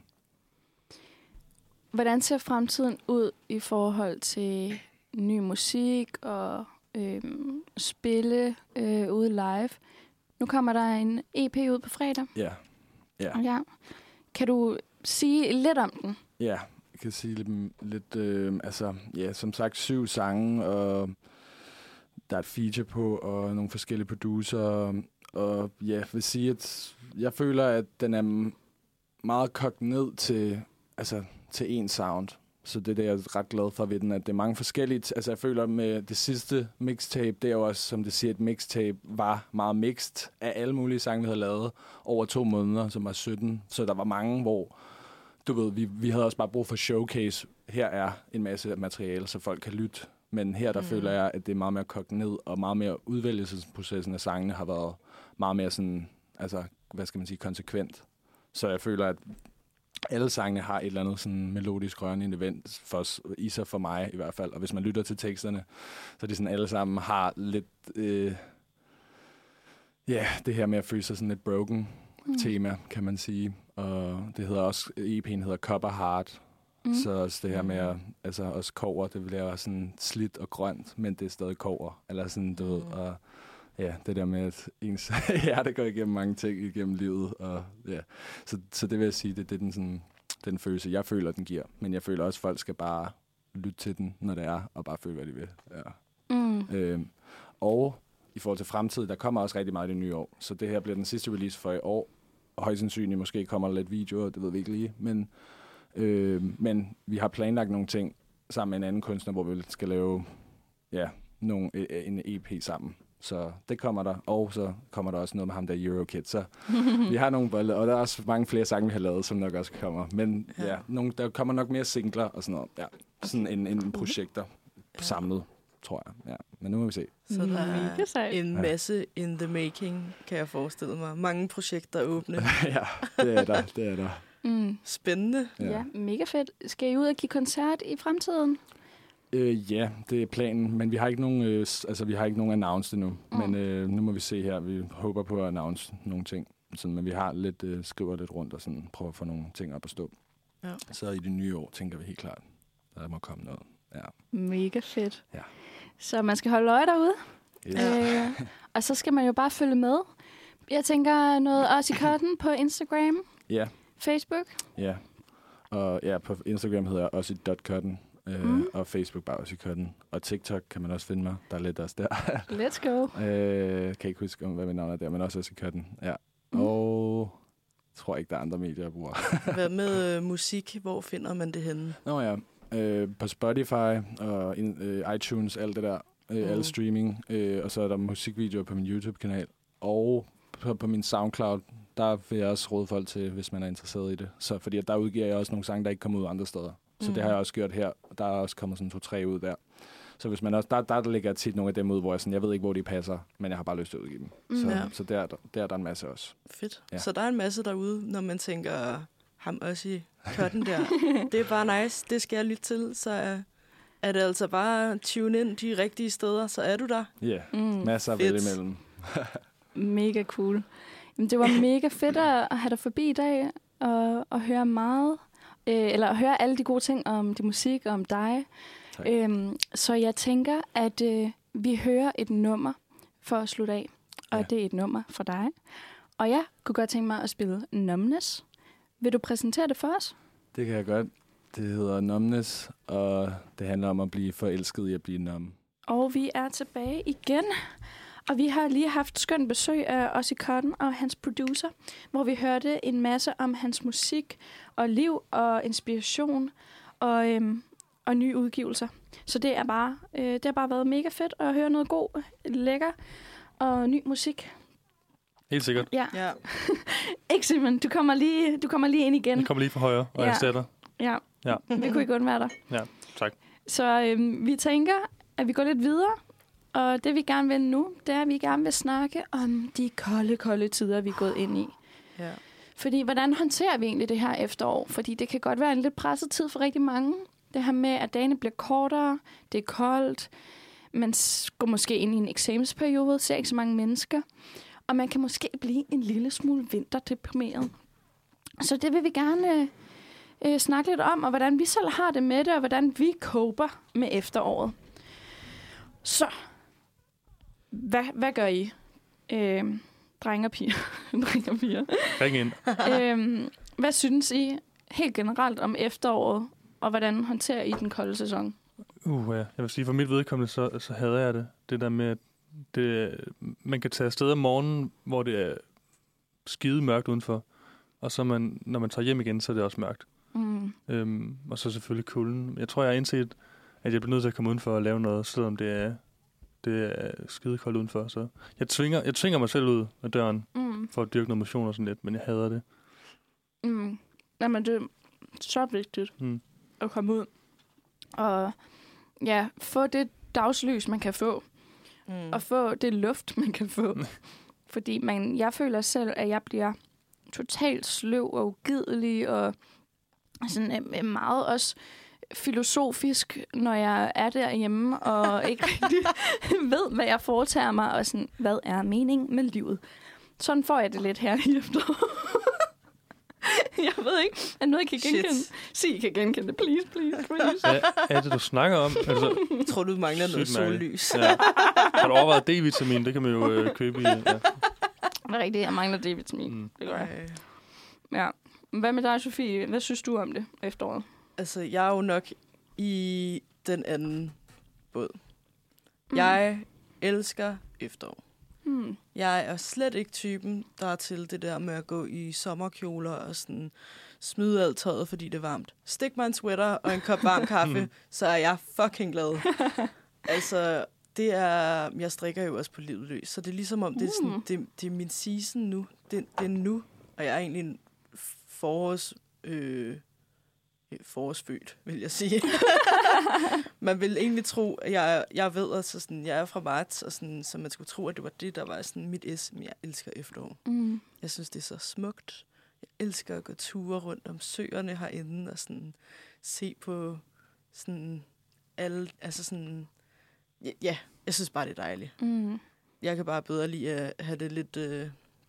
Hvordan ser fremtiden ud i forhold til ny musik og øhm, spille øh, ude live? Nu kommer der en E P ud på fredag. Ja. Ja. ja. Kan du sige lidt om den? Ja, jeg kan sige lidt, lidt øh, altså, ja, som sagt, syv sange, og der er et feature på, og nogle forskellige producer, og ja, jeg vil sige, at jeg føler, at den er meget kogt ned til, altså, til én sound. Så det er det, jeg er ret glad for ved den, at det er mange forskellige, altså jeg føler med det sidste mixtape, det er jo også, som det siger, et mixtape var meget mixed af alle mulige sange, vi havde lavet over to måneder, som var sytten, så der var mange, hvor du ved, vi, vi havde også bare brug for showcase. Her er en masse materiale, så folk kan lytte. Men her, der mm. føler jeg, at det er meget mere kogt ned, og meget mere udvælgelsesprocessen af sangene har været meget mere sådan, altså, hvad skal man sige, konsekvent. Så jeg føler, at alle sangene har et eller andet sådan melodisk rørende event, for, i sig for mig i hvert fald. Og hvis man lytter til teksterne, så er de sådan alle sammen har lidt, øh, ja, yeah, det her med at føle sig sådan lidt broken mm. tema, kan man sige. Og det hedder også, E P'en hedder Copper Heart. Mm. Så også det her med, at, altså også kover, det bliver også sådan slidt og grønt, men det er stadig kover. Eller sådan, du ved, mm. og ja, det der med, at ens hjerte går igennem mange ting igennem livet. Og, ja. så, så det vil jeg sige, det, det er den, sådan, den følelse, jeg føler, den giver. Men jeg føler også, at folk skal bare lytte til den, når det er, og bare føle, hvad de vil. Ja. Mm. Øhm, og i forhold til fremtiden, der kommer også rigtig meget i det nye år. Så det her bliver den sidste release for i år. Og højst sandsynligt måske kommer der lidt videoer, det ved vi ikke lige. Men, øh, men vi har planlagt nogle ting sammen med en anden kunstner, hvor vi skal lave ja, nogle, en E P sammen. Så det kommer der. Og så kommer der også noget med ham der Eurokid. Så vi har nogle bolle, og der er også mange flere sange, vi har lavet, som nok også kommer. Men ja, ja nogle, der kommer nok mere singler og sådan noget. Ja, sådan en, en projekter ja. samlet, tror jeg. Ja, men nu må vi se. Så der er en masse in the making, kan jeg forestille mig. Mange projekter åbne. Ja, det er der, det er der. Mm. Spændende. Ja. ja, mega fedt. Skal I ud og give koncert i fremtiden? Øh, ja, det er planen, men vi har ikke nogen, øh, altså vi har ikke nogen announced endnu. Mm. Men øh, nu må vi se her. Vi håber på at announce nogle ting, sådan, men vi har lidt øh, skriver lidt rundt og sådan prøver at få nogle ting op at stå. Ja. Så i det nye år tænker vi helt klart, der må komme noget. Ja. Mega fedt. Ja. Så man skal holde øje derude. Yeah. Øh, og så skal man jo bare følge med. Jeg tænker noget også i Cotton på Instagram. Ja. Yeah. Facebook. Ja. Og ja, på Instagram hedder jeg også dot cotton. Øh, mm. Og Facebook bare også i Cotton. Og TikTok kan man også finde mig. Der er lidt også der. Let's go. øh, kan ikke huske, hvad mit navn er der, men også også i Cotton. Ja. Mm. Og jeg tror ikke, der er andre medier, jeg bruger. Hvad med øh, musik? Hvor finder man det henne? Nå ja, øh, på Spotify og in, øh, iTunes, alt det der. Øh, mm. Alle streaming. Øh, og så er der musikvideoer på min YouTube-kanal. Og på, på min SoundCloud, der vil jeg også råde folk til, hvis man er interesseret i det. Så fordi der udgiver jeg også nogle sange, der ikke kommer ud andre steder. Så mm. det har jeg også gjort her. Der er også kommet sådan to-tre ud der. Så hvis man også, der, der ligger tit nogle af dem ud, hvor jeg sådan, jeg ved ikke, hvor de passer, men jeg har bare lyst til at udgive dem. Mm. Så, ja. så der, der, der er der en masse også. Fedt. Ja. Så der er en masse derude, når man tænker, ham også i Cotton der. Det er bare nice. Det skal jeg lytte til. Så er, er det altså bare tune ind de rigtige steder, så er du der. Ja, yeah. mm. masser af vælge imellem. Mega cool. Jamen, det var mega fedt at have dig forbi i dag og, og høre meget. Øh, eller høre alle de gode ting om din musik og om dig. Øhm, så jeg tænker, at øh, vi hører et nummer for at slutte af. Og ja. det er et nummer fra dig. Og jeg kunne godt tænke mig at spille Numbness. Vil du præsentere det for os? Det kan jeg godt. Det hedder Numbness, og det handler om at blive forelsket i at blive numb. Og vi er tilbage igen. Og vi har lige haft skønt besøg af Ozzy Cotton og hans producer, hvor vi hørte en masse om hans musik og liv og inspiration og, øhm, og nye udgivelser. Så det er bare øh, det har bare været mega fedt at høre noget god, lækker og ny musik. Helt sikkert. Ja. ja. Ikke Simon, du kommer lige du kommer lige ind igen. Jeg kommer lige fra højre, og ja. jeg sætter. Ja. ja. Vi kunne ikke undvære dig. Ja, tak. Så øhm, vi tænker, at vi går lidt videre. Og det vi gerne vil nu, det er, at vi gerne vil snakke om de kolde, kolde tider, vi er gået ind i. Ja. Fordi, hvordan håndterer vi egentlig det her efterår? Fordi det kan godt være en lidt presset tid for rigtig mange. Det her med, at dagene bliver kortere, det er koldt, man går måske ind i en eksamensperiode, ser ikke så mange mennesker, og man kan måske blive en lille smule vinterdeprimeret. Så det vil vi gerne øh, snakke lidt om, og hvordan vi selv har det med det, og hvordan vi coper med efteråret. Så... Hvad, hvad gør I? Øhm, drenge og piger. drenge og piger. Ring ind. øhm, hvad synes I helt generelt om efteråret, og hvordan håndterer I den kolde sæson? Uh, ja. Jeg vil sige, for mit vedkommende, så, så hader jeg det. Det der med, at det, man kan tage afsted om morgenen, hvor det er skide mørkt udenfor, og så man, når man tager hjem igen, så er det også mørkt. Mm. Øhm, og så selvfølgelig kulden. Jeg tror, jeg har indset, at jeg bliver nødt til at komme udenfor og lave noget, selvom det er... Det er skide koldt udenfor, så jeg tvinger, jeg tvinger mig selv ud af døren mm. for at dyrke noget motion og sådan lidt, men jeg hader det. Mm. Jamen, det er så vigtigt mm. at komme ud og ja, få det dagslys, man kan få, mm. og få det luft, man kan få. Fordi man, jeg føler selv, at jeg bliver totalt sløv og ugidelig og sådan meget også filosofisk, når jeg er derhjemme og ikke rigtig ved, hvad jeg foretager mig, og sådan, hvad er meningen med livet. Sådan får jeg det lidt her i efteråret. Jeg ved ikke, er noget, I kan genkende? Sig, I kan genkende det. Please, please, please. Hvad er det, du snakker om? Altså, jeg tror, du mangler noget sollys. Ja. Har du overvejet D-vitamin? Det kan man jo øh, købe i. Ja. Det er rigtigt, jeg mangler D-vitamin. Mm. Det gør jeg. Ja. Hvad med dig, Sofie? Hvad synes du om det efteråret? Altså, jeg er jo nok i den anden båd. Mm. Jeg elsker efterår. Mm. Jeg er slet ikke typen, der er til det der med at gå i sommerkjoler og sådan smide alt tøjet, fordi det er varmt. Stik mig en sweater og en kop varm kaffe, så er jeg fucking glad. Altså, Det er... Jeg strikker jo også på livet løs, så det er ligesom om, det er, sådan, det, det er min season nu. Det, det er nu, og jeg er egentlig en forårs... Øh, forårsfødt, vil jeg sige. Man vil egentlig tro, at jeg, jeg ved, altså sådan, jeg er fra marts, og sådan, så man skulle tro, at det var det, der var sådan mit es, men jeg elsker efterår. Mm. Jeg synes, det er så smukt. Jeg elsker at gå ture rundt om søerne herinde, og sådan se på sådan alle, altså sådan, ja, ja jeg synes bare, det er dejligt. Mm. Jeg kan bare bedre lide at have det lidt, øh,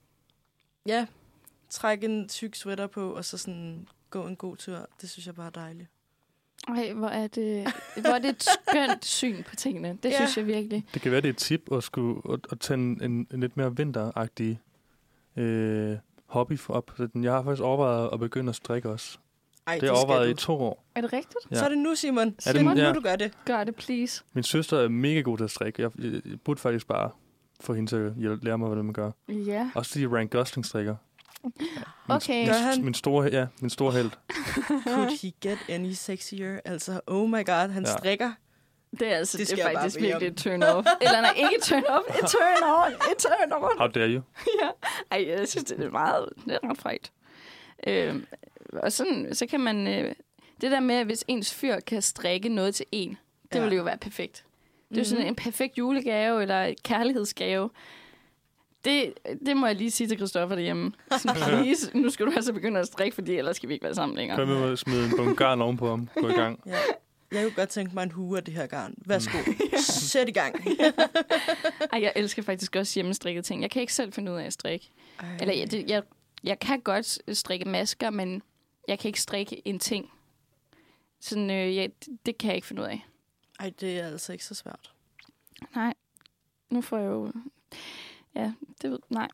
ja, trække en tyk sweater på, og så sådan gå en god tur. Det synes jeg bare er dejligt. Ej, hvor er det, hvor er det et skønt syn på tingene. Det Ja. synes jeg virkelig. Det kan være, det er et tip at, skulle, at, at tage en, en, en lidt mere vinteragtig øh, hobby for op. Jeg har faktisk overvejet at begynde at strikke også. Ej, Det det har jeg skal overvejet du. i to år. Er det rigtigt? Ja. Så er det nu, Simon. Er det- Simon, ja. nu du gør det. Gør det, please. Min søster er mega god til at strikke. Jeg, jeg, jeg burde faktisk bare få hende til at hjælpe- lære mig, hvordan man gør. Ja. Også fordi Ryan Gosling strikker. Ja, min, Okay. Gør han? Min, min store, ja, min store held. Could he get any sexier? Altså, oh my god, han Ja. strikker. Det er altså Det det skal er jeg bare faktisk bede om. virkelig et turn-off. Eller nej, ikke et turn-off. Et turn-on. Et turn-on. How dare you? Ja. Ej, jeg synes, det er meget... Det er ret frækt. Øh, og sådan, så kan man... Øh, det der med, at hvis ens fyr kan strikke noget til en, det Ja. ville jo være perfekt. Det er jo sådan Mhm. en perfekt julegave, eller et kærlighedsgave. Det, det må jeg lige sige til Christoffer derhjemme. Sådan, please, nu skal du altså begynde at strikke, fordi ellers skal vi ikke være sammen længere. Kom med at smide en bunke garn ovenpå ham. Gå i gang. Ja. Jeg kunne godt tænke mig en hue af det her garn. Værsgo. Sæt i gang. Ej, jeg elsker faktisk også hjemmestrikket ting. Jeg kan ikke selv finde ud af at strikke. Ej. Eller jeg, det, jeg, jeg kan godt strikke masker, men jeg kan ikke strikke en ting. Sådan, øh, ja, det, det kan jeg ikke finde ud af. Ej, det er altså ikke så svært. Nej, nu får jeg jo... Ja, det ved... Nej.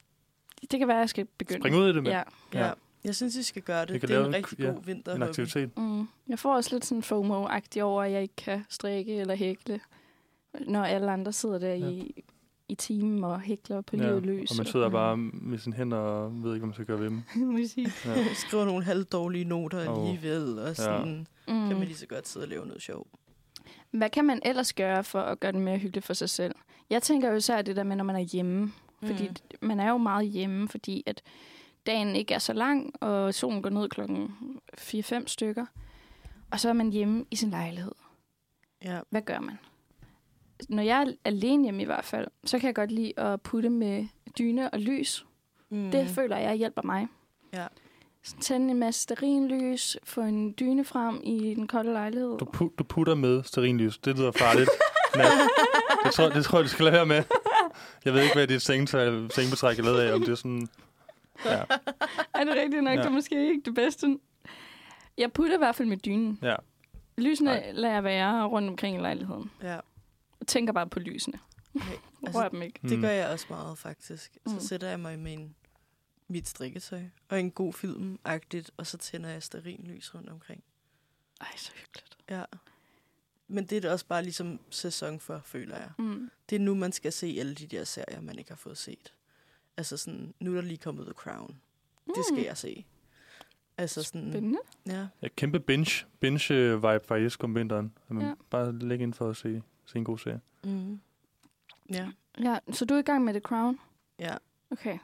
Det kan være, at jeg skal begynde. Spring ud i det med. Ja. Ja. Ja. Jeg synes, I skal gøre det. Vi kan Det er lave en en- rigtig ja, god En vinterhobby. aktivitet. Mm. Jeg får også lidt sådan FOMO-agtig over, at jeg ikke kan strikke eller hækle. Når alle andre sidder der Ja. i, i timen og hækler på Ja, livet løs. og man sidder bare med sine hænder og ved ikke, hvad man skal gøre ved dem. Præcis. Ja. Skriver nogle halvdårlige noter Åh. alligevel, og sådan Mm. kan man lige så godt sidde og lave noget sjov. Hvad kan man ellers gøre for at gøre det mere hyggeligt for sig selv? Jeg tænker jo især det der med, når man er hjemme. Fordi Mm. man er jo meget hjemme, fordi at dagen ikke er så lang, og solen går ned klokken fire fem stykker. Og så er man hjemme i sin lejlighed. Ja. Hvad gør man? Når jeg er alene hjemme i hvert fald, så kan jeg godt lide at putte med dyne og lys. Mm. Det føler jeg hjælper mig. Ja. Så tænde en masse stearinlys, få en dyne frem i den kolde lejlighed. Du, pu- du putter med stearinlys. Det lyder farligt. Nat. Det tror, det tror jeg, du skal lade være med. Jeg ved ikke, hvad dit sengetøj- sengebetræk er lavet af. Om det er sådan... Ja. Er det rigtigt nok? Ja. Det er måske ikke det bedste. Jeg putter i hvert fald med dynen. Ja. Lysene Nej. lader jeg være rundt omkring i lejligheden. Ja. Jeg tænker bare på lysene. Okay. Altså, Rør Altså, dem ikke. det Mm. gør jeg også meget, faktisk. Så Mm. sætter jeg mig med en, mit strikketøj og en god film-agtigt, og så tænder jeg stearinlys rundt omkring. Ej, så hyggeligt. Ja. Men det er det også bare ligesom sæson for, føler jeg. Mm. Det er nu, man skal se alle de der serier, man ikke har fået set. Altså sådan, nu er der lige kommet The Crown. Det skal jeg se. Altså sådan, Spændende. ja. Ja, kæmpe binge, binge vibe faktisk om vinteren. At man Ja. ja. bare lægge ind for at se, se en god serie. Mm. Ja, Ja, så du er i gang med The Crown? ja. Okay.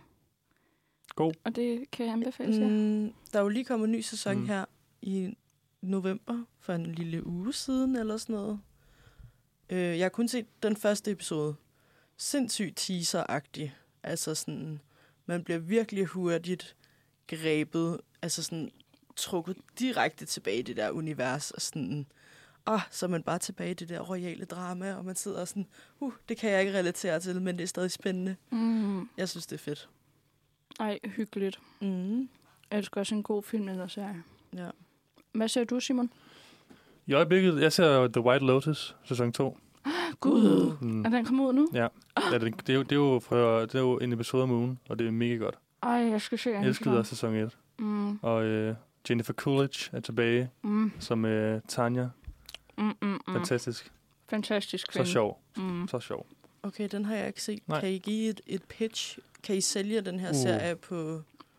God. Og det kan jeg anbefale jer? Mm, der er jo lige kommet en ny sæson Mm. mm. her i november, for en lille uge siden eller sådan noget. Øh, jeg har kun set den første episode. Sindssygt teaser-agtig. Altså sådan, man bliver virkelig hurtigt grebet, altså sådan trukket direkte tilbage i det der univers, og sådan, ah, så er man bare tilbage i det der royale drama, og man sidder sådan, uh, det kan jeg ikke relatere til, men det er stadig spændende. Mm. Jeg synes, det er fedt. Ej, hyggeligt. Mm. Jeg elsker også en god film eller serie. Ja. Hvad ser du, Simon? I øjeblikket, jeg ser The White Lotus, sæson to. Gud! Mm. Er den kommet ud nu? Ja, ja det, det, er jo, det, er jo fra, det er jo en episode om ugen, og det er mega godt. Ej, jeg skal se. Jeg elskede også sæson et. Mm. Og øh, Jennifer Coolidge er tilbage Mm. som øh, Tanya. Mm, mm, mm. Fantastisk. Fantastisk Så kvinde. sjov. Mm. Så sjov. Okay, den har jeg ikke set. Nej. Kan I give et, et pitch? Kan I sælge den her Uh. serie på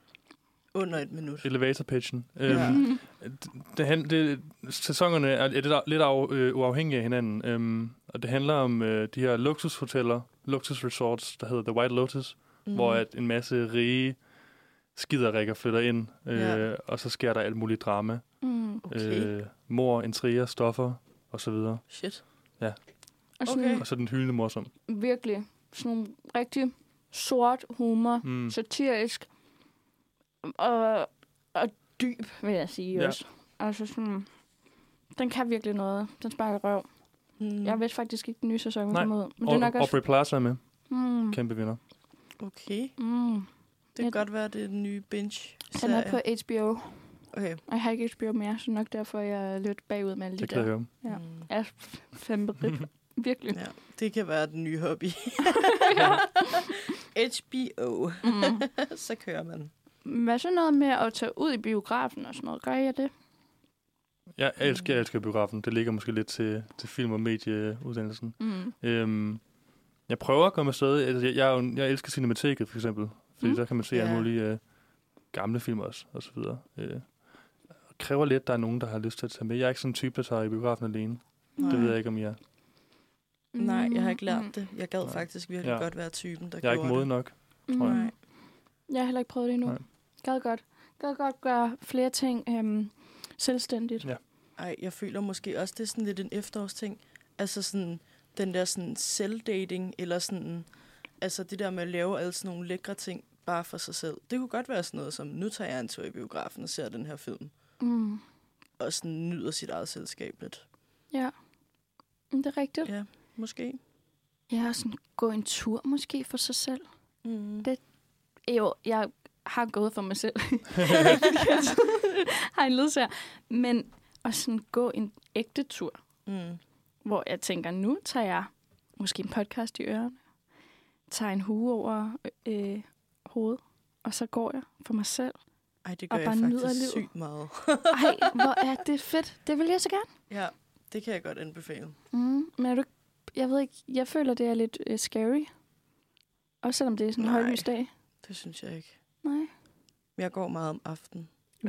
under et minut? Elevator pitchen. Ja. Øhm, Mm. det, det, det, sæsonerne er lidt, lidt af, øh, uafhængige af hinanden. Øhm, og det handler om øh, de her luksushoteller, luksusresorts, der hedder The White Lotus, mm. hvor at en masse rige skiderikker flytter ind, øh, ja. og så sker der alt muligt drama. Mm. Okay. Øh, mor, intriger, stoffer, og så videre. Shit. Ja. Og sådan Okay. Og så er den hyldende morsom. virkelig sådan nogle rigtig sort humor, Mm. satirisk og, og dyb, vil jeg sige Ja. også. Altså sådan, den kan virkelig noget. Den sparker røv. Mm. Jeg ved faktisk ikke, den nye sæson Nej. kommer ud. Men Og, det er nok også... Aubrey Plaza er med. Mm, Kæmpe vinder. Okay. mm, Det kan Ja. godt være, det er den nye binge den er på H B O. Okay. Og jeg har ikke H B O mere, så nok derfor jeg er lidt bagud med alle de Det kan jeg der. høre. Ja. Mm. Jeg er fandme rip. Virkelig. Ja, det kan være den nye hobby. H B O. Mm. Så kører man. Hvad så noget med at tage ud i biografen og sådan noget? Gør jeg det? Jeg elsker, jeg elsker biografen. Det ligger måske lidt til, til film- og medieuddannelsen. Mm. Øhm, jeg prøver at komme afsted. Altså, jeg, jeg, er jo- jeg elsker Cinemateket, for eksempel. Fordi Mm. der kan man se Ja. alle mulige øh, gamle film også, og så videre. Øh, og kræver lidt, at der er nogen, der har lyst til at tage med. Jeg er ikke sådan en type, der tager i biografen alene. Nej. Det ved jeg ikke, om jeg er. Nej, jeg har ikke Mm. lært det. Jeg gad Nej. faktisk virkelig Ja. godt være typen, der Jeg er ikke gjorde moden nok. Mm. tror jeg. Nej. Jeg har heller ikke prøvet det endnu. Nej. Gad godt. Gad godt gøre flere ting øhm, selvstændigt. Ja. Ej, jeg føler måske også, det er sådan lidt en efterårsting. Altså sådan, den der sådan selvdating, eller sådan, altså det der med at lave alle sådan nogle lækre ting, bare for sig selv. Det kunne godt være sådan noget som, nu tager jeg en tur i biografen og ser den her film, Mm. og sådan nyder sit eget selskab lidt. Ja. Men det er rigtigt. Ja, måske. Ja, og sådan gå en tur måske for sig selv. Mm. Det- Jo, jeg har gået for mig selv. Jeg har en ledsager. Men at sådan gå en ægte tur, Mm. hvor jeg tænker, nu tager jeg måske en podcast i ørerne, tager en hue over øh, hovedet, og så går jeg for mig selv. Ej, det Og gør jeg bare nyder faktisk livet. sygt meget. Ej, hvor er det fedt. Det vil jeg så gerne. Ja, det kan jeg godt anbefale. Mm, men er du, jeg ved ikke, jeg føler, det er lidt øh, scary. Også selvom det er sådan en Nej. højlys dag. Det synes jeg ikke. Nej. Jeg går meget om aftenen.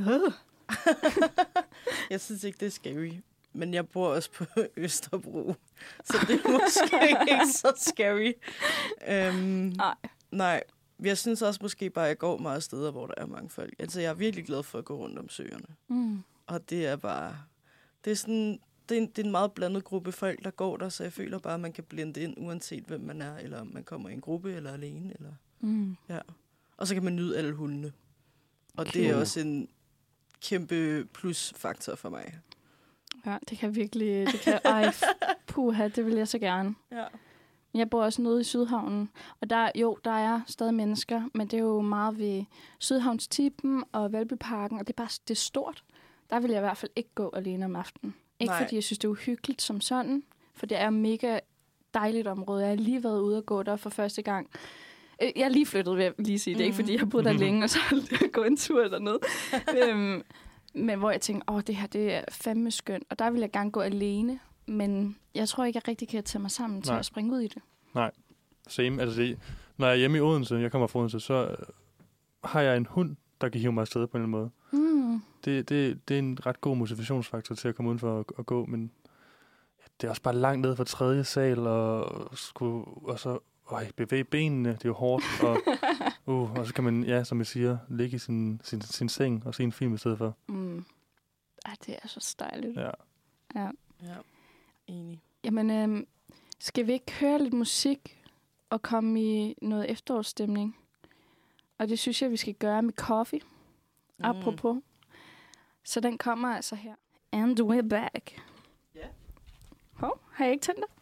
Jeg synes ikke, det er scary. Men jeg bor også på Østerbro. Så det er måske ikke så scary. Øhm, Nej. nej. Jeg synes også måske bare, at jeg går meget steder, hvor der er mange folk. Altså, jeg er virkelig glad for at gå rundt om søerne. Mm. Og det er bare... Det er sådan... Det er, en, det er en meget blandet gruppe folk, der går der, så jeg føler bare, at man kan blende ind, uanset hvem man er, eller om man kommer i en gruppe, eller alene. Eller, Mm. ja. Og så kan man nyde alle hundene. Og Okay. det er også en kæmpe plusfaktor for mig. Ja, det kan virkelig... Det kan, ej, puha, det vil jeg så gerne. Ja. Jeg bor også nede i Sydhavnen, og der, jo, der er stadig mennesker, men det er jo meget ved Sydhavnstippen og Valbyparken, og det er bare det er stort. Der vil jeg i hvert fald ikke gå alene om aftenen. Ikke Nej. fordi jeg synes, det er uhyggeligt som sådan, for det er mega dejligt område. Jeg har lige været ude og gå der for første gang. Øh, Jeg er lige flyttet, vil jeg lige sige. Det er ikke, fordi jeg har boet der længe, og så har jeg gået en tur dernede. øhm, men hvor jeg tænker, åh, det her det er fandme skønt. Og der vil jeg gerne gå alene, men jeg tror ikke, jeg rigtig kan tage mig sammen til Nej. at springe ud i det. Same. Altså, det, når jeg er hjemme i Odense, jeg kommer fra Odense, så øh, har jeg en hund, der kan hive mig afsted på en eller anden måde. Mm. Det, det, det er en ret god motivationsfaktor til at komme udenfor og, og gå, men det er også bare langt ned fra tredje sal, og, skulle, og så øj, bevæge benene, det er jo hårdt, og, uh, og så kan man, ja, som jeg siger, ligge i sin, sin, sin seng og se en film i stedet for. Mm. Ej, det er så dejligt. Ja. Ja. Ja, enig. Jamen, øhm, skal vi ikke høre lidt musik og komme i noget efterårsstemning? Og det synes jeg, vi skal gøre med Coffee, mm. apropos. Så den kommer altså her. And we're back. Ja. Hov, har jeg ikke tændt det?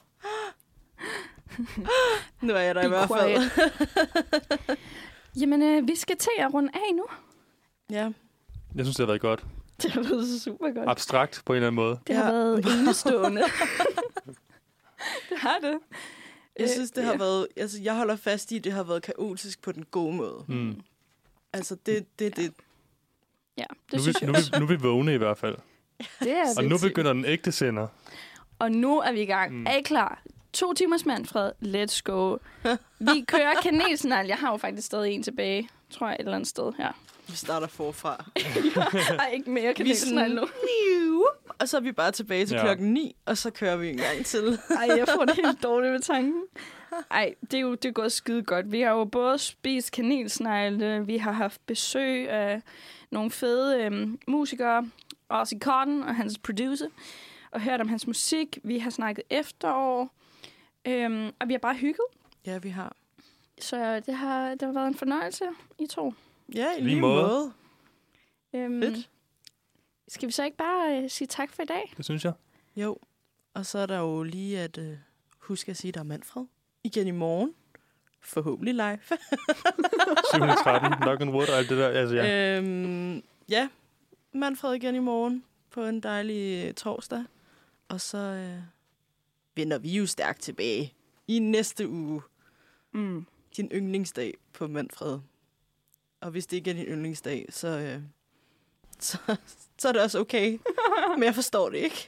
Nu er jeg der i Be hvert fald. Jamen, øh, vi skal til at runde af nu. Ja. Jeg synes, det har været godt. Det har været super godt. Abstrakt på en eller anden måde. Det har Ja. været enestående. Det har det. Jeg synes, det har ja. været... Altså, jeg holder fast i, at det har været kaotisk på den gode måde. Mm. Altså, det det, det. Ja, Nu, det er synes vi, jeg nu, er også. vi, nu er vi vågne i hvert fald. Det er Og det nu til. begynder den ægte sender. Og nu er vi i gang. Mm. Mm. Er I klar? To timers Manfred. Let's go. Vi kører kanelsnegl. Jeg har jo faktisk stadig en tilbage, tror jeg, et eller andet sted her. Vi starter forfra. Jeg har ikke mere Vi er sådan, kanelsnegl nu. "Niu." Og så er vi bare tilbage til Ja. ja. klokken ni, og så kører vi en gang til. Ej, jeg får det helt dårligt med tanken. Ej, det er jo det er gået skide godt. Vi har jo både spist kanelsnegle, vi har haft besøg af nogle fede øhm, musikere, Ozzy Cotton og hans producer, og hørt om hans musik. Vi har snakket efterår, øhm, og vi har bare hygget. Ja, vi har. Så det har, det har været en fornøjelse, I to. Ja, i Lige lige måde. måde. Øhm, Fedt. Skal vi så ikke bare øh, sige tak for i dag? Det synes jeg. Jo, og så er der jo lige at øh, huske at sige, at der er Manfred igen i morgen. Forhåbentlig live. syv tretten, knock on wood og alt det der. Altså, ja. øhm, ja, Manfred igen i morgen på en dejlig øh, torsdag. Og så øh, vender vi jo stærkt tilbage i næste uge. Mm. Din yndlingsdag på Manfred. Og hvis det ikke er din yndlingsdag, så, øh, så, så er det også okay. Men jeg forstår det ikke.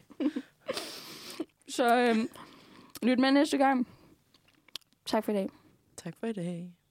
Så øhm, lyt med næste gang. Tak for i dag. Tak for i dag.